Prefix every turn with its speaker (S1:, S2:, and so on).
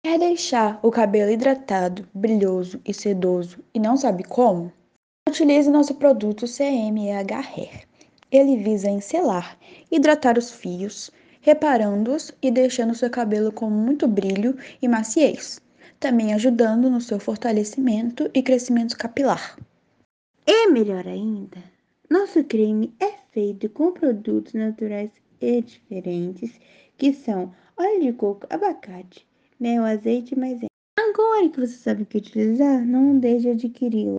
S1: Quer deixar o cabelo hidratado, brilhoso e sedoso e não sabe como? Utilize nosso produto CMEH Hair. Ele visa encelar, hidratar os fios, reparando-os e deixando seu cabelo com muito brilho e maciez, também ajudando no seu fortalecimento e crescimento capilar.
S2: E melhor ainda, nosso creme é feito com produtos naturais e diferentes, que são óleo de coco, abacate, mel, azeite e maisena. Agora que você sabe o que utilizar, não deixe de adquiri-lo.